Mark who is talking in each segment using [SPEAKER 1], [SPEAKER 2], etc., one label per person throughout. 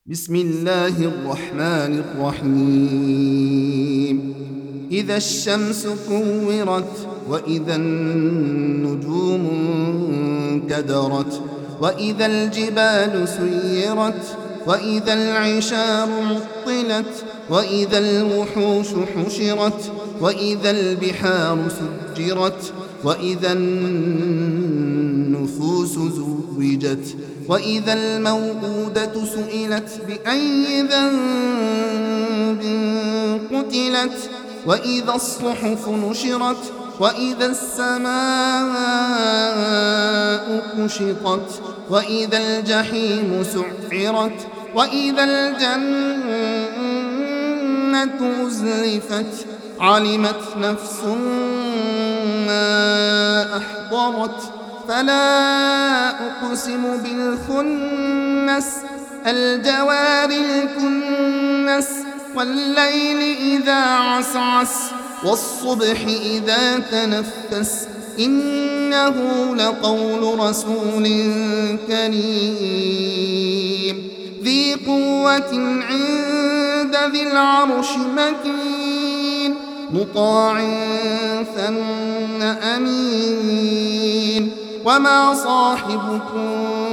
[SPEAKER 1] بسم الله الرحمن الرحيم إذا الشمس كورت وإذا النجوم انكدرت وإذا الجبال سيرت وإذا العشار عطلت وإذا الوحوش حشرت وإذا البحار سجرت وإذا النفوس زوجت وإذا الموءودة سئلت بأي ذنب قتلت وإذا الصحف نشرت وإذا السماء كشطت وإذا الجحيم سعرت وإذا الجنة أزلفت علمت نفس ما أحضرت فلا أقسم بالخنس الجوار الكنس والليل إذا عسعس والصبح إذا تنفس إنه لقول رسول كريم ذي قوة عند ذي العرش مكين مطاع ثم أمين وما صاحبكم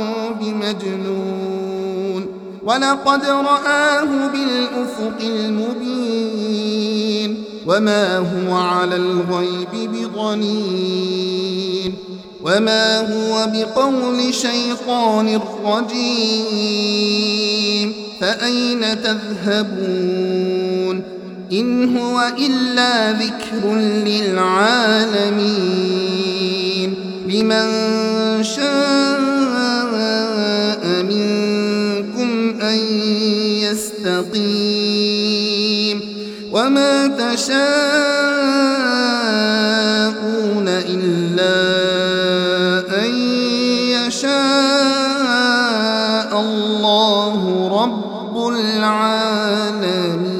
[SPEAKER 1] بمجنون ولقد رآه بالأفق المبين وما هو على الغيب بضنين وما هو بقول شيطان رجيم فأين تذهبون إن هو إلا ذكر للعالمين لمن شاء منكم أن يستقيم وما تشاءون إلا أن يشاء الله رب العالمين.